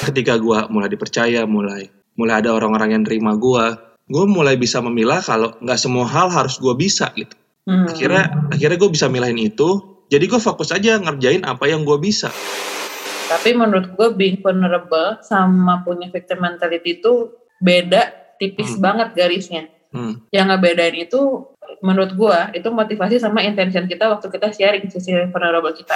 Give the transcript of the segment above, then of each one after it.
Ketika gue mulai dipercaya, mulai ada orang-orang yang nerima gue mulai bisa memilah kalau nggak semua hal harus gue bisa gitu. Akhirnya gue bisa milahin itu. Jadi gue fokus aja ngerjain apa yang gue bisa. Tapi menurut gue being vulnerable sama punya victim mentality itu beda tipis banget garisnya. Yang ngebedain itu menurut gue itu motivasi sama intention kita waktu kita sharing sisi vulnerable kita.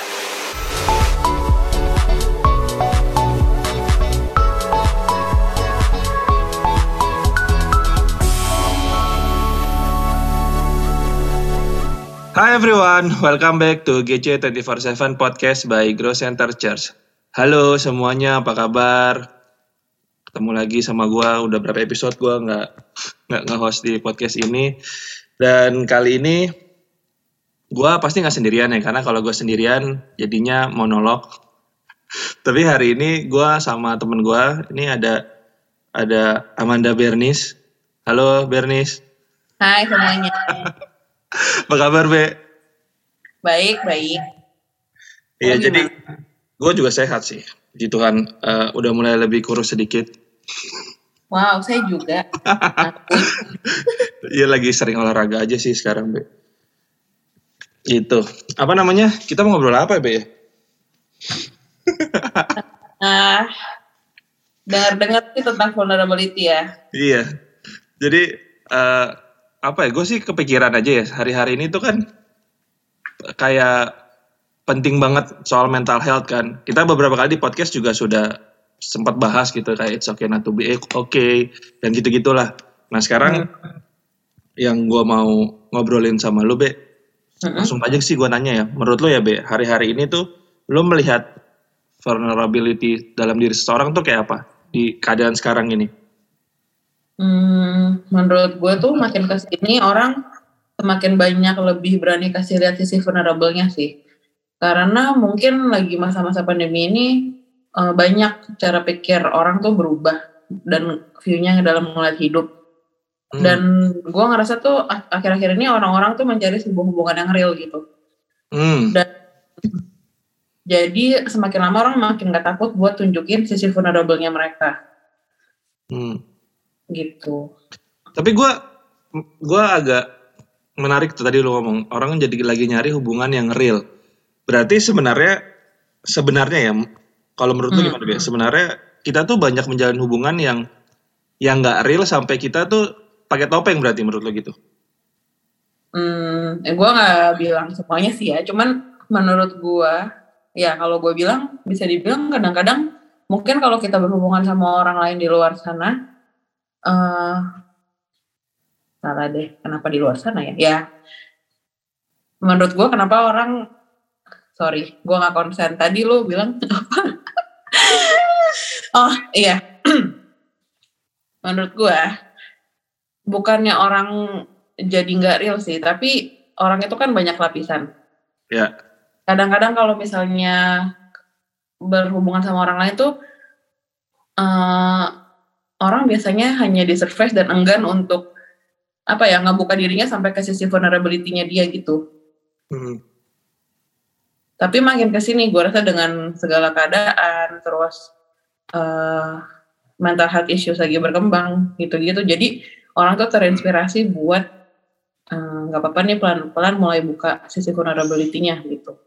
Hi everyone, welcome back to GC 24/7 Podcast by Growth Center Church. Halo semuanya, apa kabar? Ketemu lagi sama gue, udah berapa episode gue nggak nge-host di podcast ini. Dan kali ini gue pasti nggak sendirian ya, karena kalau gue sendirian jadinya monolog. Tapi hari ini gue sama temen gue, ini ada Amanda Bernice. Halo Bernice. Hai semuanya. Apa kabar, Be? Baik. Iya, jadi gue juga sehat sih. Puji Tuhan, udah mulai lebih kurus sedikit. Wow, saya juga. Iya, lagi sering olahraga aja sih sekarang, Be. Gitu. Apa namanya? Kita mau ngobrol apa, Be? Dengar-dengar sih tentang vulnerability ya. Iya. Jadi, apa ya, gue sih kepikiran aja ya, hari-hari ini tuh kan kayak penting banget soal mental health kan. Kita beberapa kali di podcast juga sudah sempat bahas gitu, kayak it's okay not to be okay, dan gitu-gitulah. Nah sekarang yang gue mau ngobrolin sama lu, Be, langsung aja sih gue nanya ya, menurut lu ya, Be, hari-hari ini tuh lu melihat vulnerability dalam diri seseorang tuh kayak apa di keadaan sekarang ini? Menurut gue tuh makin kesini orang semakin banyak lebih berani kasih lihat sisi vulnerable-nya sih. Karena mungkin lagi masa-masa pandemi ini banyak cara pikir orang tuh berubah dan view-nya dalam melihat hidup. Dan gue ngerasa tuh akhir-akhir ini orang-orang tuh mencari sebuah hubungan yang real gitu. Dan jadi semakin lama orang makin gak takut buat tunjukin sisi vulnerable-nya mereka. Gitu. Tapi gue agak menarik tuh tadi lu ngomong orang jadi lagi nyari hubungan yang real. Berarti sebenarnya ya, kalau menurut lu gimana, Be? Sebenarnya kita tuh banyak menjalin hubungan yang nggak real sampai kita tuh pakai topeng, berarti menurut lu gitu? Gue nggak bilang semuanya sih ya. Cuman menurut gue ya kalau gue bilang bisa dibilang kadang-kadang mungkin kalau kita berhubungan sama orang lain di luar sana. Salah deh, kenapa di luar sana ya? Ya, menurut gue kenapa orang, sorry, gue gak konsen. Tadi lu bilang apa? Oh iya, menurut gue bukannya orang jadi gak real sih, tapi orang itu kan banyak lapisan. Ya. Kadang-kadang kalau misalnya berhubungan sama orang lain tuh, orang biasanya hanya di surface dan enggan untuk ngebuka dirinya sampai ke sisi vulnerability-nya dia gitu. Tapi makin kesini gue rasa dengan segala keadaan terus mental health issues lagi berkembang gitu-gitu, jadi orang tuh terinspirasi buat nggak apa-apa nih pelan-pelan mulai buka sisi vulnerability-nya gitu.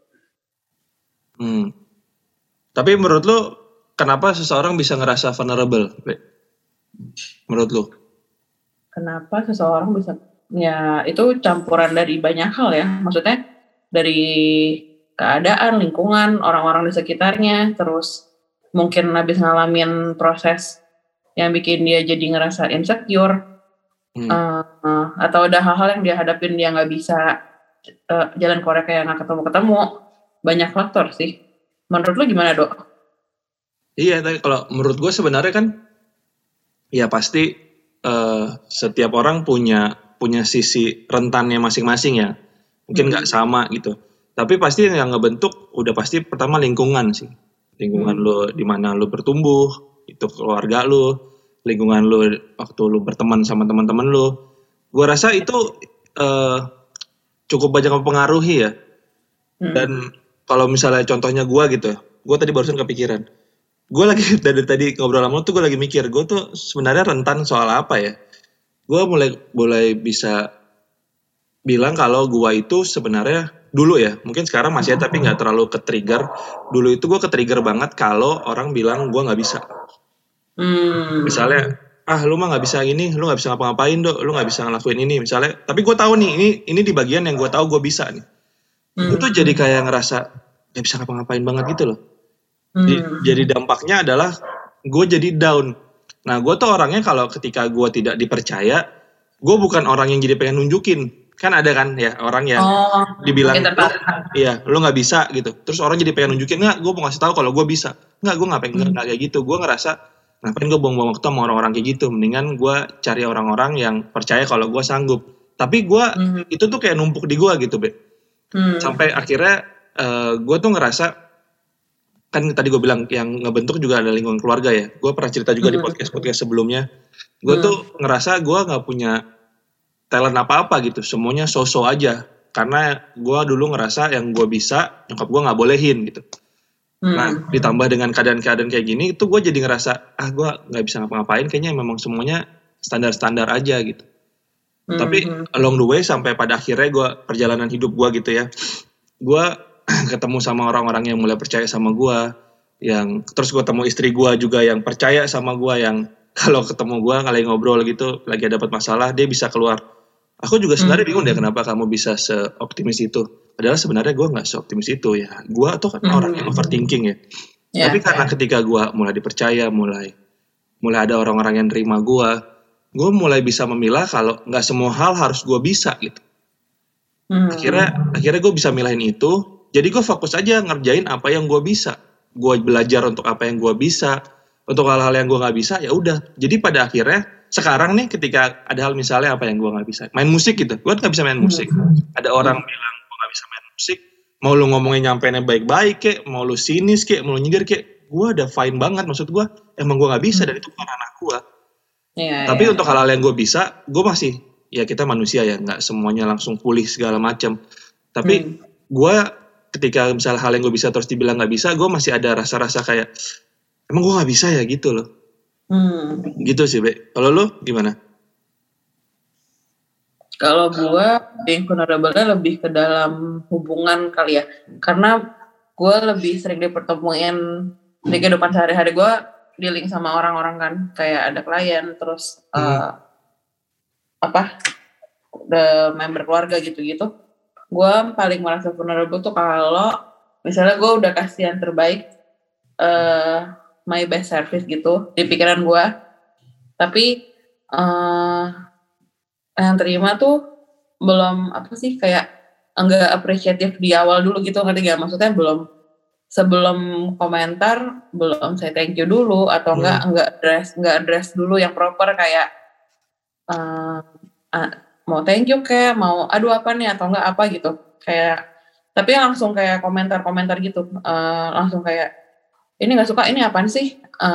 Tapi menurut lu kenapa seseorang bisa ngerasa vulnerable, Be? Menurut lu? Kenapa seseorang bisa? Ya itu campuran dari banyak hal ya. Maksudnya dari keadaan, lingkungan, orang-orang di sekitarnya, terus mungkin habis ngalamin proses yang bikin dia jadi ngerasa insecure, atau ada hal-hal yang dia hadapin dia nggak bisa jalan keluar kayak nggak ketemu. Banyak faktor sih. Menurut lu gimana, Dok? Iya, tapi kalau menurut gue sebenarnya kan ya pasti setiap orang punya sisi rentannya masing-masing ya. Mungkin nggak sama gitu. Tapi pasti yang ngebentuk udah pasti pertama lingkungan sih. Lingkungan lu di mana lu bertumbuh, itu keluarga lu, lingkungan lu waktu lu berteman sama teman-teman lu. Gua rasa itu cukup banyak mempengaruhi ya. Dan kalau misalnya contohnya gua gitu, gua tadi barusan kepikiran. gue lagi dari tadi ngobrol sama lu tuh gue lagi mikir, gue tuh sebenarnya rentan soal apa ya? Gue mulai bisa bilang kalau gue itu sebenarnya dulu ya, mungkin sekarang masih ya, tapi nggak terlalu ke-trigger. Dulu itu gue ke-trigger banget kalau orang bilang gue nggak bisa. Misalnya, lu mah nggak bisa ini, lu nggak bisa ngapa-ngapain dok, lu nggak bisa ngelakuin ini misalnya. Tapi gue tahu nih, ini di bagian yang gue tahu gue bisa nih. Gue tuh jadi kayak ngerasa nggak bisa ngapa-ngapain banget gitu loh. Jadi dampaknya adalah gue jadi down. Nah gue tuh orangnya kalau ketika gue tidak dipercaya, gue bukan orang yang jadi pengen nunjukin. Kan ada kan ya orang yang dibilang lu nggak bisa gitu. Terus orang jadi pengen nunjukin, nggak, gue mau ngasih tahu kalau gue bisa. Nggak, gue nggak kayak gitu. Gue ngerasa ngapain gue buang-buang waktu sama orang-orang kayak gitu. Mendingan gue cari orang-orang yang percaya kalau gue sanggup. Tapi gue itu tuh kayak numpuk di gue gitu, Be. Sampai akhirnya gue tuh ngerasa, kan tadi gue bilang yang ngebentuk juga ada lingkungan keluarga ya. Gue pernah cerita juga di podcast sebelumnya. Gue tuh ngerasa gue nggak punya talent apa-apa gitu. Semuanya so-so aja. Karena gue dulu ngerasa yang gue bisa, nyokap gue nggak bolehin gitu. Nah, ditambah dengan keadaan-keadaan kayak gini, itu gue jadi ngerasa, gue nggak bisa ngapa-ngapain. Kayaknya memang semuanya standar-standar aja gitu. Tapi along the way sampai pada akhirnya gue, perjalanan hidup gue gitu ya, gue ketemu sama orang-orang yang mulai percaya sama gue, yang terus gue ketemu istri gue juga yang percaya sama gue, yang kalau ketemu gue lagi ngobrol gitu, lagi dapat masalah, dia bisa keluar. Aku juga sebenarnya bingung deh kenapa kamu bisa seoptimis itu. Padahal sebenarnya gue nggak seoptimis itu ya. Gue tuh kan orang yang overthinking ya. Tapi karena ketika gue mulai dipercaya, mulai ada orang-orang yang nerima gue mulai bisa memilah kalau nggak semua hal harus gue bisa gitu. Akhirnya gue bisa milahin itu. Jadi gue fokus aja ngerjain apa yang gue bisa. Gue belajar untuk apa yang gue bisa. Untuk hal-hal yang gue nggak bisa, ya udah. Jadi pada akhirnya sekarang nih ketika ada hal misalnya apa yang gue nggak bisa, main musik gitu. Gue nggak bisa main musik. Ada orang bilang gue nggak bisa main musik. Mau lu ngomongin nyampeinnya baik-baik kek, mau lu sinis kek, mau lu nyindir kek, gue udah fine banget. Maksud gue emang gue nggak bisa dan itu bukan ranah gue. Tapi untuk hal-hal yang gue bisa, gue masih, ya kita manusia ya, nggak semuanya langsung pulih segala macam. Tapi gue ketika misalnya hal yang gue bisa terus dibilang nggak bisa, gue masih ada rasa-rasa kayak emang gue nggak bisa ya gitu loh. Gitu sih, Be. Kalau lo gimana? Kalau gue being vulnerable-nya lebih ke dalam hubungan kali ya, karena gue lebih sering dipertemuin di kehidupan sehari-hari. Gue dealing sama orang-orang kan, kayak ada klien, terus the member keluarga gitu-gitu. Gue paling merasa vulnerable tuh kalau misalnya gue udah kasih yang terbaik, my best service gitu di pikiran gue, tapi yang terima tuh belum kayak enggak apresiatif di awal dulu gitu, ngerti gak? Maksudnya sebelum komentar belum saya thank you dulu, atau enggak address dulu yang proper, kayak mau thank you kayak mau aduh apa nih atau enggak apa gitu, kayak tapi langsung kayak komentar gitu, langsung kayak ini nggak suka, ini apaan sih,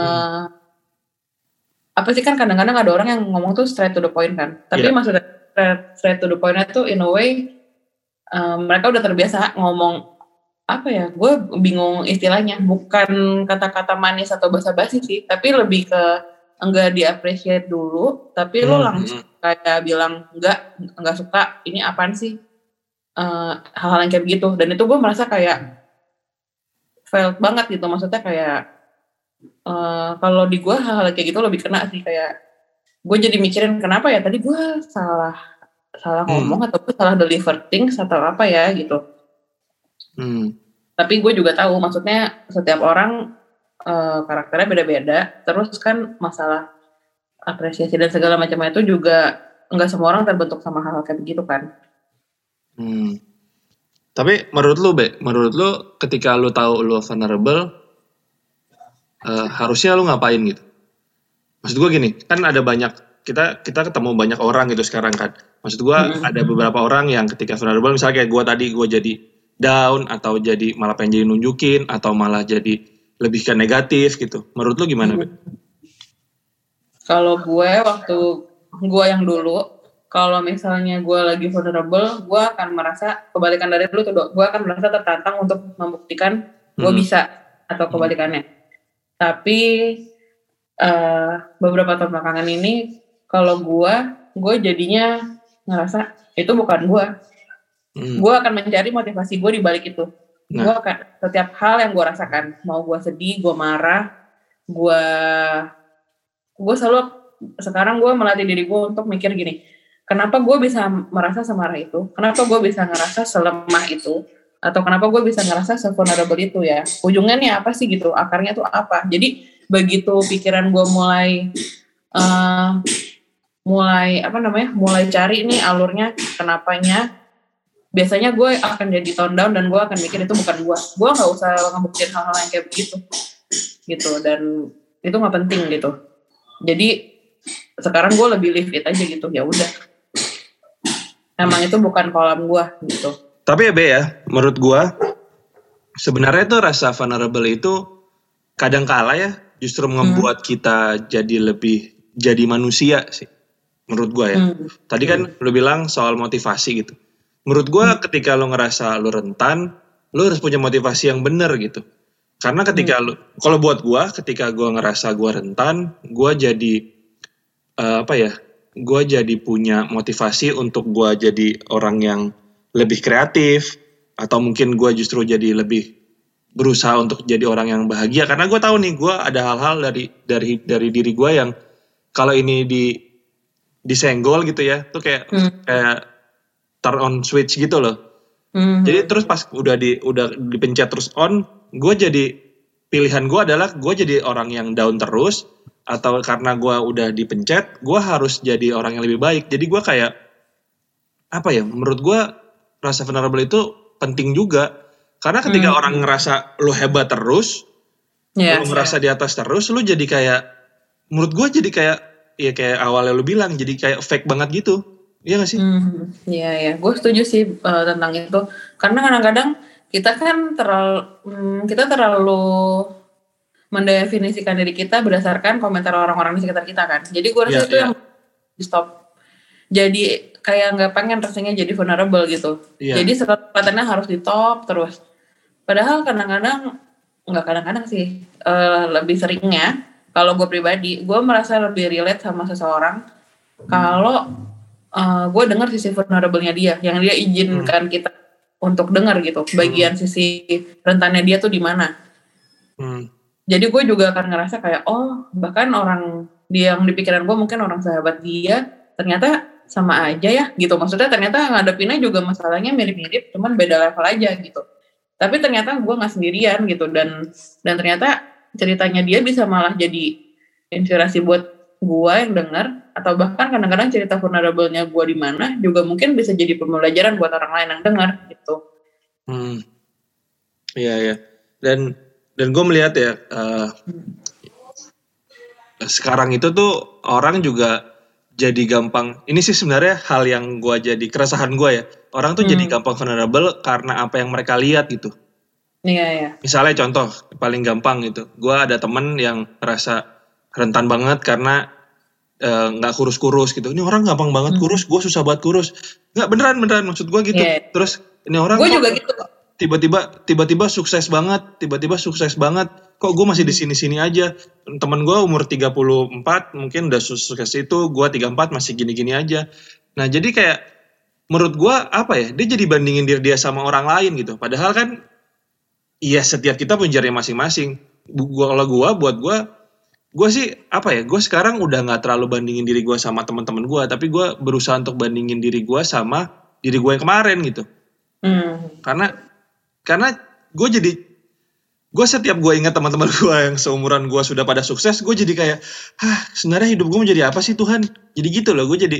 apa sih, kan kadang-kadang ada orang yang ngomong tuh straight to the point kan, tapi maksudnya straight to the point-nya tuh in a way mereka udah terbiasa ngomong apa ya, gue bingung istilahnya, bukan kata-kata manis atau basa-basi sih, tapi lebih ke enggak di-appreciate dulu, tapi lo langsung kayak bilang enggak suka, ini apaan sih, hal-hal yang kayak begitu. Dan itu gue merasa kayak felt banget gitu, maksudnya kayak kalau di gue hal-hal kayak gitu lebih kena sih, kayak gue jadi mikirin kenapa ya tadi gue salah ngomong atau gue salah deliver things atau apa ya gitu. Tapi gue juga tahu maksudnya setiap orang karakternya beda-beda, terus kan masalah apresiasi dan segala macamnya itu juga nggak semua orang terbentuk sama hal-hal kayak begitu kan. Tapi menurut lu ketika lu tahu lu vulnerable, harusnya lu ngapain gitu? Maksud gue gini, kan ada banyak, kita ketemu banyak orang gitu sekarang kan. Maksud gue ada beberapa orang yang ketika vulnerable, misalnya kayak gue tadi, gue jadi down atau jadi malah pengen jadi nunjukin atau malah jadi lebih ke negatif gitu. Menurut lu gimana, Be? Kalau gue waktu gue yang dulu, kalau misalnya gue lagi vulnerable, gue akan merasa kebalikan dari dulu tuh, gue akan merasa tertantang untuk membuktikan gue bisa, atau kebalikannya. Tapi beberapa tahun belakangan ini kalau gue jadinya ngerasa itu bukan gue. Gue akan mencari motivasi gue di balik itu. Gue akan setiap hal yang gue rasakan, mau gue sedih, gue marah, gue selalu sekarang gue melatih diri gue untuk mikir gini, kenapa gue bisa merasa semarah itu, kenapa gue bisa ngerasa selemah itu, atau kenapa gue bisa ngerasa se-vulnerable itu ya, ujungnya nih apa sih gitu, akarnya tuh apa. Jadi begitu pikiran gue mulai cari nih alurnya, kenapanya, biasanya gue akan jadi tone down dan gue akan mikir itu bukan gue nggak usah ngebuktiin hal-hal yang kayak begitu gitu, dan itu nggak penting gitu. Jadi sekarang gue lebih leave it aja gitu, ya udah, emang itu bukan kolam gue gitu. Tapi ya Be ya, menurut gue sebenarnya tuh rasa vulnerable itu kadang kala ya justru membuat kita jadi manusia sih, menurut gue ya. Tadi kan lu bilang soal motivasi gitu. Menurut gue ketika lu ngerasa lu rentan, lu harus punya motivasi yang benar gitu. Karena ketika kalau buat gue, ketika gue ngerasa gue rentan, gue jadi gue jadi punya motivasi untuk gue jadi orang yang lebih kreatif, atau mungkin gue justru jadi lebih berusaha untuk jadi orang yang bahagia. Karena gue tahu nih, gue ada hal-hal dari diri gue yang kalau ini disenggol gitu ya, tuh kayak turn on switch gitu loh. Jadi terus pas udah dipencet terus on, gue jadi pilihan gue adalah gue jadi orang yang down terus, atau karena gue udah dipencet, gue harus jadi orang yang lebih baik. Jadi gue kayak menurut gue rasa vulnerable itu penting juga. Karena ketika orang ngerasa lu hebat terus, lu ngerasa di atas terus, lu jadi kayak, menurut gue jadi kayak awalnya lu bilang, jadi kayak fake banget gitu. Iya gak sih? Iya, gue setuju sih tentang itu. Karena kadang-kadang kita kan terlalu mendefinisikan diri kita berdasarkan komentar orang-orang di sekitar kita kan. Jadi gue rasa itu yang di stop. Jadi kayak nggak pengen rasanya jadi vulnerable gitu. Jadi kelihatannya harus di top terus. Padahal kadang-kadang sih, lebih seringnya kalau gue pribadi, gue merasa lebih relate sama seseorang kalau gue dengar sisi vulnerable-nya dia, yang dia izinkan kita untuk dengar gitu, bagian sisi rentannya dia tuh di mana. Jadi gue juga akan ngerasa kayak, bahkan orang yang di pikiran gue mungkin orang sahabat dia, ternyata sama aja ya gitu. Maksudnya ternyata ngadepinnya juga masalahnya mirip-mirip, cuman beda level aja gitu. Tapi ternyata gue nggak sendirian gitu, dan ternyata ceritanya dia bisa malah jadi inspirasi buat gue yang dengar, atau bahkan kadang-kadang cerita vulnerable-nya gue di mana juga mungkin bisa jadi pembelajaran buat orang lain yang dengar gitu. Iya. Dan gue melihat ya, sekarang itu tuh orang juga jadi gampang, ini sih sebenarnya hal yang gue jadi keresahan gue ya, orang tuh jadi gampang vulnerable karena apa yang mereka lihat gitu. Iya. Misalnya contoh paling gampang gitu, gue ada temen yang merasa rentan banget karena nggak kurus-kurus gitu. Ini orang gampang banget kurus, gue susah banget kurus. Nggak, beneran maksud gue gitu. Terus ini orang gue juga gitu. Tiba-tiba sukses banget, kok gue masih di sini-sini aja. Temen gue umur 34 mungkin udah sukses itu, gue 34 masih gini-gini aja. Nah jadi kayak menurut gue dia jadi bandingin diri dia sama orang lain gitu. Padahal kan iya, setiap kita punya jari masing-masing. Buat gue sih gue sekarang udah nggak terlalu bandingin diri gue sama teman-teman gue, tapi gue berusaha untuk bandingin diri gue sama diri gue yang kemarin gitu. Karena gue setiap gue ingat teman-teman gue yang seumuran gue sudah pada sukses, gue jadi kayak, sebenarnya hidup gue mau jadi apa sih Tuhan? Jadi gitu loh, gue jadi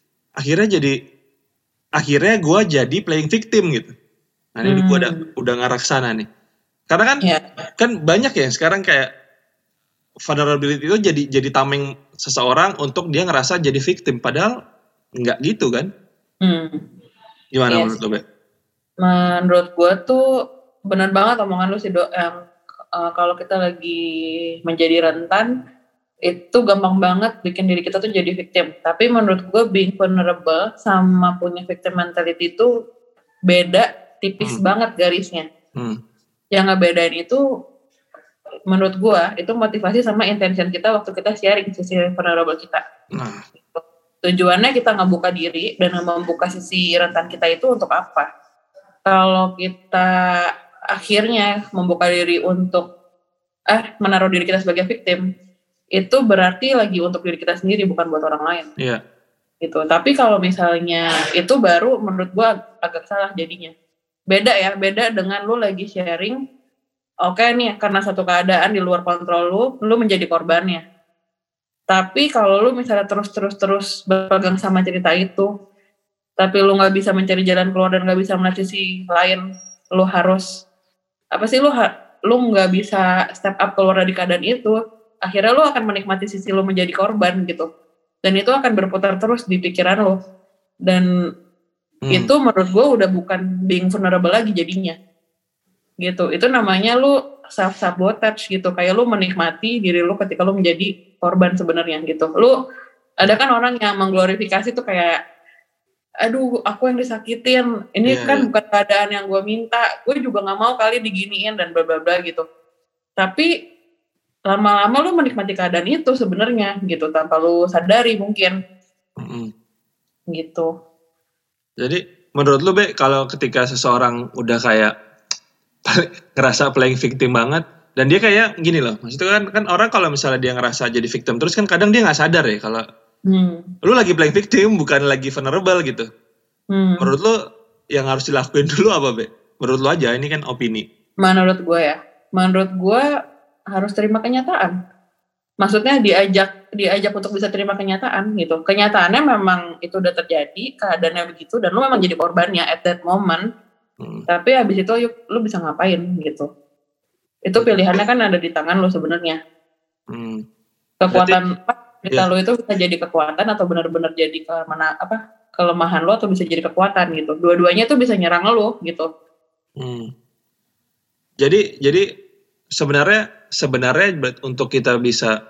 akhirnya gue jadi playing victim gitu. Nah ini gue udah ngarah ke sana nih. Karena kan banyak ya sekarang kayak vulnerability itu jadi tameng seseorang untuk dia ngerasa jadi victim, padahal nggak gitu kan? Gimana menurut lo, Be? Menurut gue tuh benar banget omongan lu sih, Dok. Kalau kita lagi menjadi rentan, itu gampang banget bikin diri kita tuh jadi victim. Tapi menurut gue being vulnerable sama punya victim mentality itu beda, tipis banget garisnya. Yang ngebedain itu menurut gue itu motivasi sama intention kita waktu kita sharing sisi vulnerable kita. Nah, Tujuannya kita ngebuka diri dan membuka sisi rentan kita itu untuk apa? Kalau kita akhirnya membuka diri untuk menaruh diri kita sebagai victim, itu berarti lagi untuk diri kita sendiri, bukan buat orang lain. iya. Gitu. Tapi kalau misalnya itu baru menurut gue agak salah jadinya. Beda dengan lu lagi sharing, oke nih karena satu keadaan di luar kontrol lu menjadi korbannya. Tapi kalau lu misalnya terus berpegang sama cerita itu, tapi lu nggak bisa mencari jalan keluar dan nggak bisa melihat sisi lain, lu harus lu nggak bisa step up keluar dari keadaan itu, akhirnya lu akan menikmati sisi lu menjadi korban gitu, dan itu akan berputar terus di pikiran lu, dan itu menurut gue udah bukan being vulnerable lagi jadinya, gitu. Itu namanya lu self sabotage gitu, kayak lu menikmati diri lu ketika lu menjadi korban sebenarnya gitu. Lu ada kan orang yang mengglorifikasi tuh kayak, aduh aku yang disakitin, ini kan bukan keadaan yang gue minta, gue juga nggak mau kali diginiin dan bla bla bla gitu. Tapi lama-lama lu menikmati keadaan itu sebenarnya gitu tanpa lu sadari mungkin. Gitu. Jadi menurut lu Be, kalau ketika seseorang udah kayak ngerasa playing victim banget, dan dia kayak gini loh, maksudnya kan orang kalau misalnya dia ngerasa jadi victim terus kan kadang dia nggak sadar ya kalau lu lagi playing victim bukan lagi vulnerable gitu. Menurut lu yang harus dilakuin dulu apa Be? Menurut lu aja, ini kan opini. Menurut gue harus terima kenyataan. Maksudnya diajak untuk bisa terima kenyataan gitu. Kenyataannya memang itu udah terjadi, keadaannya begitu, dan lu memang jadi korbannya at that moment. Tapi habis itu lu bisa ngapain gitu. Itu pilihannya kan ada di tangan lu sebenarnya. Kekuatan kita lu itu bisa jadi kekuatan atau benar-benar jadi kelemahan lu atau bisa jadi kekuatan gitu. Dua-duanya tuh bisa nyerang lu gitu. Jadi sebenarnya untuk kita bisa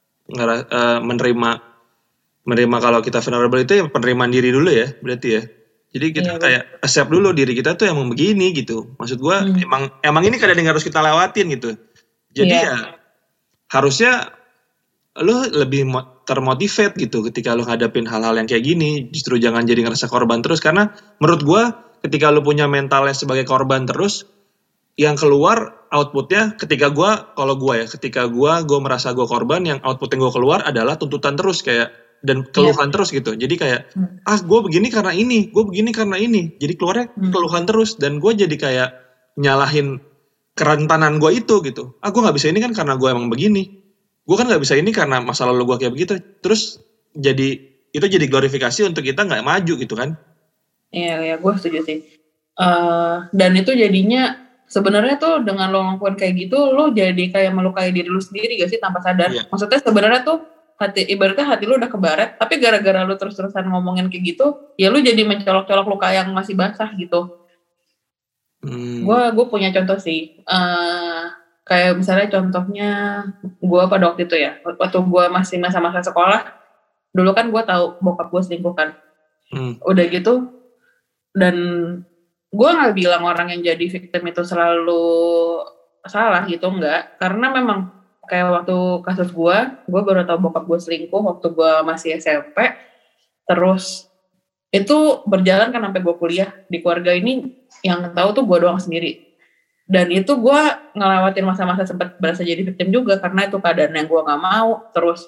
menerima kalau kita vulnerable itu ya penerimaan diri dulu ya, berarti ya. Jadi kita kayak accept dulu diri kita tuh emang begini gitu. Maksud gue emang ini keadaan yang harus kita lewatin gitu. Jadi ya harusnya lu lebih termotivate gitu ketika lu hadapin hal-hal yang kayak gini. Justru jangan jadi ngerasa korban terus, karena menurut gue ketika lu punya mentalnya sebagai korban terus, yang keluar outputnya ketika gue merasa gue korban, yang output yang gue keluar adalah tuntutan terus kayak dan keluhan terus gitu. Jadi kayak gue begini karena ini, gue begini karena ini. Jadi keluarnya keluhan terus, dan gue jadi kayak nyalahin kerentanan gue itu gitu. Gue nggak bisa ini kan karena gue emang begini. Gue kan nggak bisa ini karena masa lalu gue kayak begitu. Terus itu jadi glorifikasi untuk kita nggak maju gitu kan? Iya, gue setuju sih. Dan itu jadinya sebenarnya tuh dengan lo ngelakuin kayak gitu, lo jadi kayak melukai diri lo sendiri gak sih tanpa sadar? Maksudnya sebenarnya tuh ibaratnya hati lo udah kebaret, tapi gara-gara lo terus-terusan ngomongin kayak gitu, ya lo jadi mencolok-colok luka yang masih basah gitu. Gue punya contoh sih. Kayak misalnya contohnya gue pada waktu itu ya, waktu gue masih masa-masa sekolah, dulu kan gue tahu bokap gue selingkuh kan. Udah gitu, dan gue nggak bilang orang yang jadi victim itu selalu salah gitu, enggak, karena memang kayak waktu kasus gue baru tahu bokap gue selingkuh waktu gue masih SMP, terus itu berjalan kan sampai gue kuliah. Di keluarga ini yang tahu tuh gue doang sendiri, dan itu gue ngelewatin masa-masa sempat berasa jadi victim juga karena itu keadaan yang gue nggak mau. Terus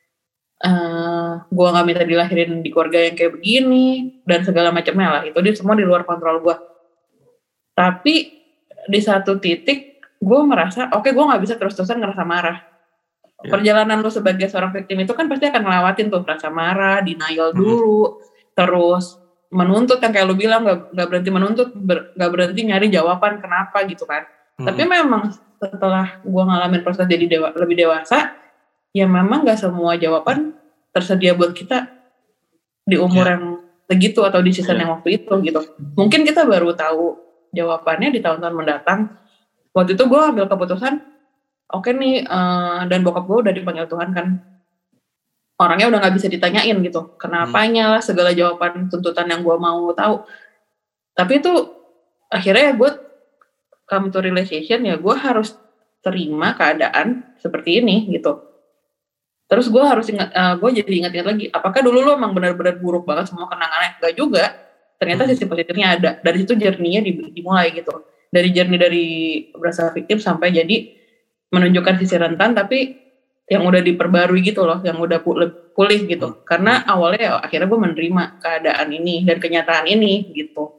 gue nggak minta dilahirin di keluarga yang kayak begini dan segala macamnya lah, itu semua di luar kontrol gue. Tapi di satu titik gue merasa oke, gue nggak bisa terus-terusan ngerasa marah. Perjalanan lu sebagai seorang victim itu kan pasti akan ngelewatin tuh rasa marah, denial dulu, terus menuntut yang kayak lu bilang, nggak berhenti menuntut, nggak berhenti nyari jawaban kenapa gitu kan. Tapi memang setelah gue ngalamin proses jadi lebih dewasa, ya memang nggak semua jawaban tersedia buat kita di umur yang segitu atau di season yang waktu itu gitu. Mungkin kita baru tahu jawabannya di tahun-tahun mendatang. Waktu itu gue ambil keputusan, oke nih, dan bokap gue udah dipanggil Tuhan kan, orangnya udah nggak bisa ditanyain gitu, kenapanya lah segala jawaban tuntutan yang gue mau tahu. Tapi itu akhirnya gue come to realization, ya gue harus terima keadaan seperti ini gitu. Terus gue harus gue jadi ingat-ingat lagi, apakah dulu lo emang benar-benar buruk banget semua kenangannya? Enggak juga. Ternyata sisi positifnya ada. Dari situ journey-nya dimulai gitu. Dari journey dari berasa victim sampai jadi menunjukkan sisi rentan, tapi yang udah diperbarui gitu loh, yang udah pulih gitu. Karena awalnya ya, akhirnya gue menerima keadaan ini dan kenyataan ini gitu.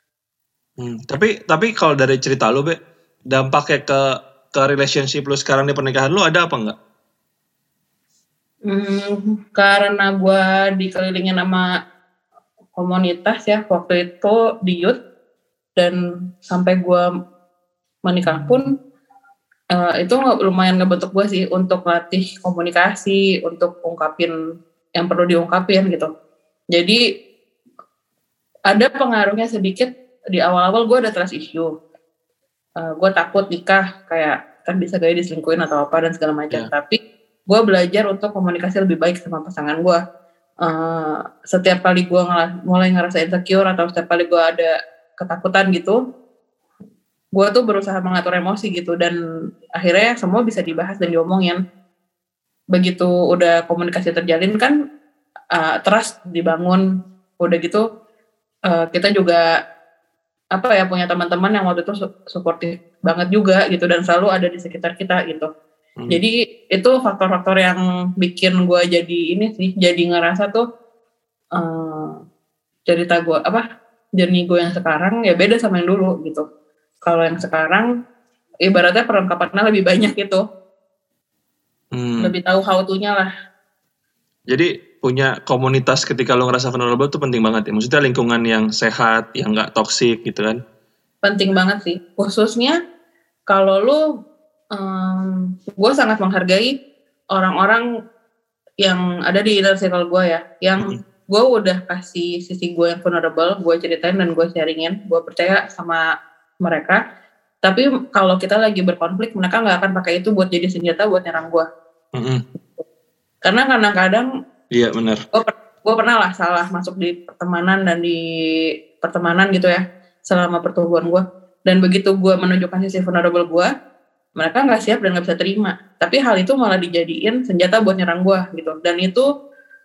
Tapi kalau dari cerita lu, Be, dampaknya ke relationship lu sekarang di pernikahan lu ada apa enggak? Karena gue dikelilingin sama komunitas ya waktu itu di youth, dan sampai gue menikah pun itu lumayan ngebentuk gue sih untuk latih komunikasi, untuk ungkapin yang perlu diungkapin gitu. Jadi ada pengaruhnya sedikit. Di awal-awal gue ada trust issue, gue takut nikah kayak kan bisa gaya diselingkuhin atau apa dan segala macam. Tapi gue belajar untuk komunikasi lebih baik sama pasangan gue. Setiap kali gue mulai ngerasa insecure atau setiap kali gue ada ketakutan gitu, gue tuh berusaha mengatur emosi gitu, dan akhirnya semua bisa dibahas dan diomongin. Begitu udah komunikasi terjalin kan, trust dibangun, udah gitu kita juga punya teman-teman yang waktu itu suportif banget juga gitu, dan selalu ada di sekitar kita gitu. Jadi itu faktor-faktor yang bikin gue jadi ini sih, jadi ngerasa tuh cerita gue journey gue yang sekarang ya beda sama yang dulu gitu. Kalau yang sekarang ibaratnya perlengkapannya lebih banyak gitu, lebih tahu how to-nya lah. Jadi punya komunitas ketika lo ngerasa vulnerable tuh penting banget ya. Maksudnya lingkungan yang sehat, yang nggak toksik gitu kan. Penting banget sih. Khususnya kalau lo, gue sangat menghargai orang-orang yang ada di inner circle gue ya. Yang gue udah kasih sisi gue yang vulnerable, gue ceritain dan gue sharingin. Gue percaya sama mereka. Tapi kalau kita lagi berkonflik, mereka nggak akan pakai itu buat jadi senjata buat nyerang gue. Karena kadang-kadang iya benar. Gue pernah lah salah masuk di pertemanan gitu ya selama pertumbuhan gue. Dan begitu gue menunjukkan sisi vulnerable gue, mereka nggak siap dan nggak bisa terima. Tapi hal itu malah dijadiin senjata buat nyerang gue gitu. Dan itu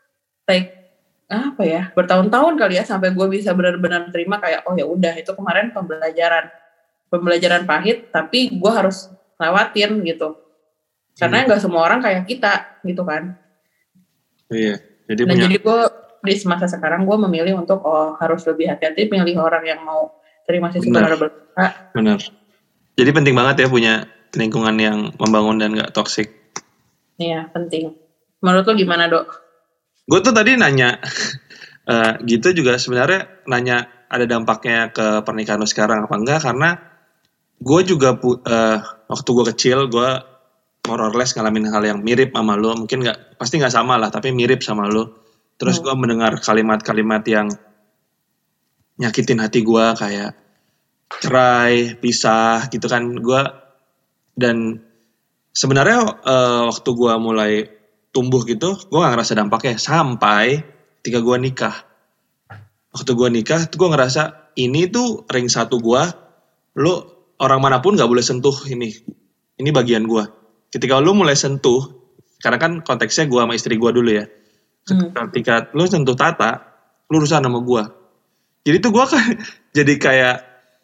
bertahun-tahun kali ya sampai gue bisa benar-benar terima kayak oh ya udah, itu kemarin pembelajaran pahit, tapi gue harus lewatin gitu. Karena nggak semua orang kayak kita gitu kan. Iya. Jadi gue di masa sekarang gue memilih untuk harus lebih hati-hati milih orang yang mau terima sisi vulnerable. Benar. Jadi penting banget ya punya lingkungan yang membangun dan gak toksik. Iya, penting. Menurut lo gimana, Dok? Gue tuh tadi nanya gitu juga sebenarnya nanya ada dampaknya ke pernikahan lo sekarang apa enggak, karena gue juga waktu gue kecil gue more or less ngalamin hal yang mirip sama lo, mungkin pasti nggak sama lah, tapi mirip sama lo. Terus gue mendengar kalimat-kalimat yang nyakitin hati gue kayak cerai, pisah gitu kan. Dan sebenarnya waktu gue mulai tumbuh gitu, gue nggak ngerasa dampaknya sampai ketika gue nikah. Waktu gue nikah, tuh gue ngerasa ini tuh ring satu gue, lo orang manapun nggak boleh sentuh ini bagian gue. Ketika lu mulai sentuh, karena kan konteksnya gue sama istri gue dulu ya. Ketika lu sentuh Tata, lu urusan sama gue. Jadi tuh gue kan jadi kayak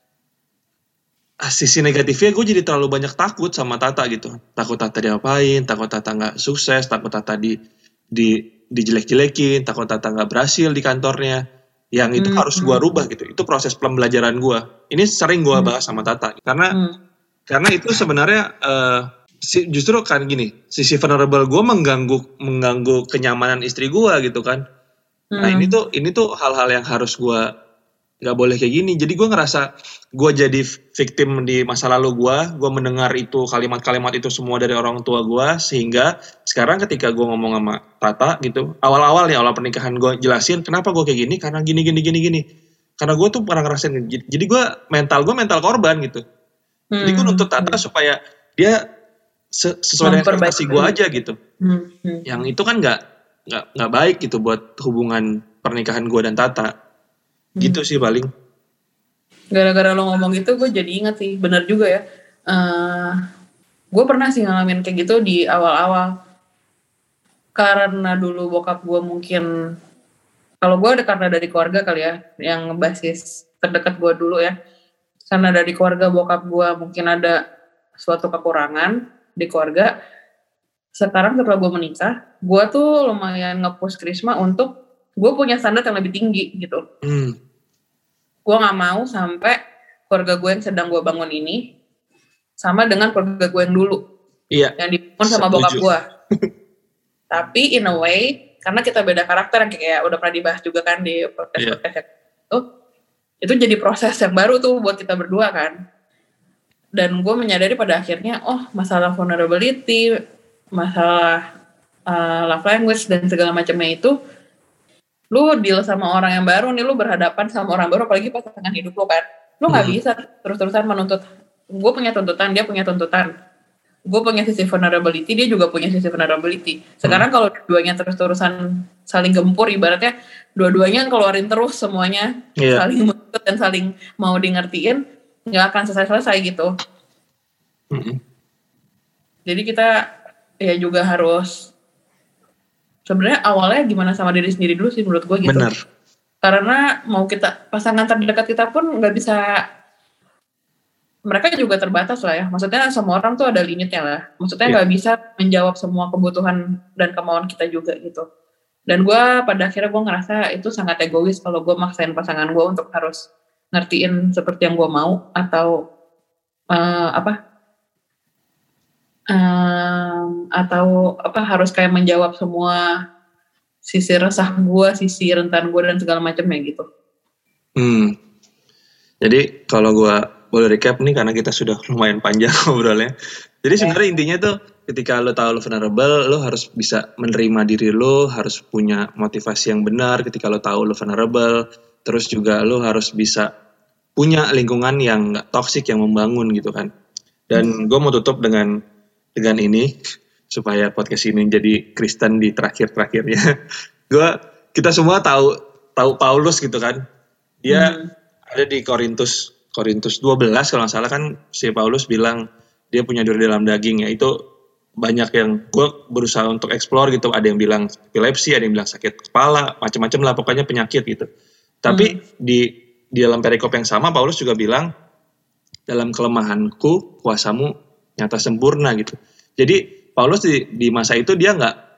sisi negatifnya gue jadi terlalu banyak takut sama Tata gitu. Takut Tata diapain, takut Tata gak sukses, takut Tata dijelek-jelekin, takut Tata gak berhasil di kantornya. Yang itu harus gue rubah gitu. Itu proses pembelajaran gue. Ini sering gue bahas sama Tata. Karena itu sebenarnya justru kan gini, sisi vulnerable gue mengganggu kenyamanan istri gue gitu kan. Nah ini tuh hal-hal yang harus gue nggak boleh kayak gini. Jadi gue ngerasa gue jadi victim di masa lalu gue mendengar itu kalimat-kalimat itu semua dari orang tua gue, sehingga sekarang ketika gue ngomong sama Tata gitu, awal pernikahan gue jelasin kenapa gue kayak gini, karena gini. Karena gue tuh pernah ngerasain, jadi gue mental korban gitu. Jadi gue nuntut Tata supaya dia sesuai dengan ekspektasi gue aja gitu. Yang itu kan nggak baik gitu buat hubungan pernikahan gue dan Tata. Gitu sih paling. Gara-gara lo ngomong gitu gue jadi ingat sih, benar juga ya. Gue pernah sih ngalamin kayak gitu di awal-awal. Karena dulu bokap gue mungkin, kalau gue ada karena dari keluarga kali ya, yang basis terdekat gue dulu ya. Karena dari keluarga bokap gue mungkin ada suatu kekurangan di keluarga. Sekarang setelah gue menikah, gue tuh lumayan nge-push Krisma untuk gue punya standar yang lebih tinggi gitu. Gue gak mau sampai keluarga gue yang sedang gue bangun ini sama dengan keluarga gue yang dulu. Iya. Yang dibangun sama bokap gue. Tapi in a way, karena kita beda karakter yang kayak udah pernah dibahas juga kan di podcast itu jadi proses yang baru tuh buat kita berdua kan. Dan gue menyadari pada akhirnya, masalah vulnerability, masalah love language dan segala macamnya itu, lu deal sama orang yang baru nih, lu berhadapan sama orang baru, apalagi pasangan hidup lu kan. Lu gak bisa terus-terusan menuntut. Gue punya tuntutan, dia punya tuntutan. Gue punya sisi vulnerability, dia juga punya sisi vulnerability. Sekarang kalau dua-duanya terus-terusan saling gempur, ibaratnya dua-duanya keluarin terus semuanya, saling menuntut dan saling mau di ngertiin, gak akan selesai-selesai gitu. Jadi kita ya juga harus, sebenarnya awalnya gimana sama diri sendiri dulu sih menurut gue gitu. Benar. Karena mau kita, pasangan terdekat kita pun gak bisa, mereka juga terbatas lah ya. Maksudnya semua orang tuh ada limitnya lah. Maksudnya gak bisa menjawab semua kebutuhan dan kemauan kita juga gitu. Dan gue pada akhirnya gue ngerasa itu sangat egois kalau gue maksain pasangan gue untuk harus ngertiin seperti yang gue mau atau harus kayak menjawab semua sisi resah gue, sisi rentan gue dan segala macamnya gitu. Jadi kalau gue boleh recap nih karena kita sudah lumayan panjang ngobrolnya. Jadi sebenarnya intinya tuh ketika lo tahu lo vulnerable, lo harus bisa menerima diri lo, harus punya motivasi yang benar ketika lo tahu lo vulnerable. Terus juga lo harus bisa punya lingkungan yang gak toksik, yang membangun gitu kan. Dan gue mau tutup dengan ini supaya podcast ini jadi Kristen di terakhir-terakhirnya. Kita semua tahu Paulus gitu kan. Dia ada di Korintus 12 kalau nggak salah kan, si Paulus bilang dia punya duri dalam daging ya. Itu banyak yang gue berusaha untuk explore gitu. Ada yang bilang epilepsi, ada yang bilang sakit kepala, macam-macam lah pokoknya penyakit gitu. Tapi di dalam perikop yang sama Paulus juga bilang dalam kelemahanku kuasamu nyata sempurna gitu. Jadi Paulus di masa itu dia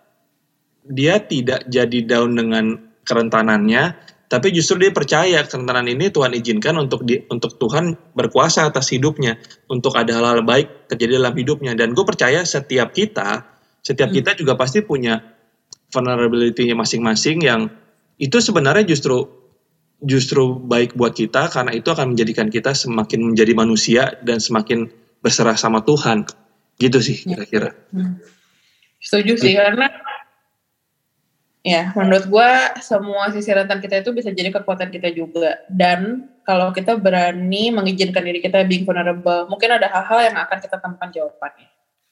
tidak jadi down dengan kerentanannya. Tapi justru dia percaya kerentanan ini Tuhan izinkan untuk Tuhan berkuasa atas hidupnya, untuk ada hal-hal baik terjadi dalam hidupnya. Dan gue percaya setiap kita juga pasti punya vulnerability-nya masing-masing yang itu sebenarnya justru baik buat kita, karena itu akan menjadikan kita semakin menjadi manusia dan semakin berserah sama Tuhan. Gitu sih kira-kira. Setuju sih, karena ya, menurut gue semua sisi rentan kita itu bisa jadi kekuatan kita juga. Dan kalau kita berani mengizinkan diri kita being vulnerable, mungkin ada hal-hal yang akan kita temukan jawabannya.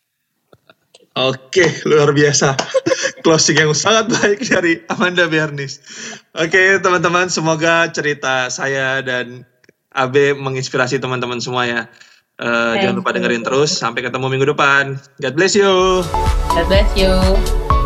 Oke, luar biasa. Closing yang sangat baik dari Amanda Bernis. Oke, teman-teman, semoga cerita saya dan Abe menginspirasi teman-teman semua ya. Jangan lupa dengerin terus. Sampai ketemu minggu depan. God bless you. God bless you.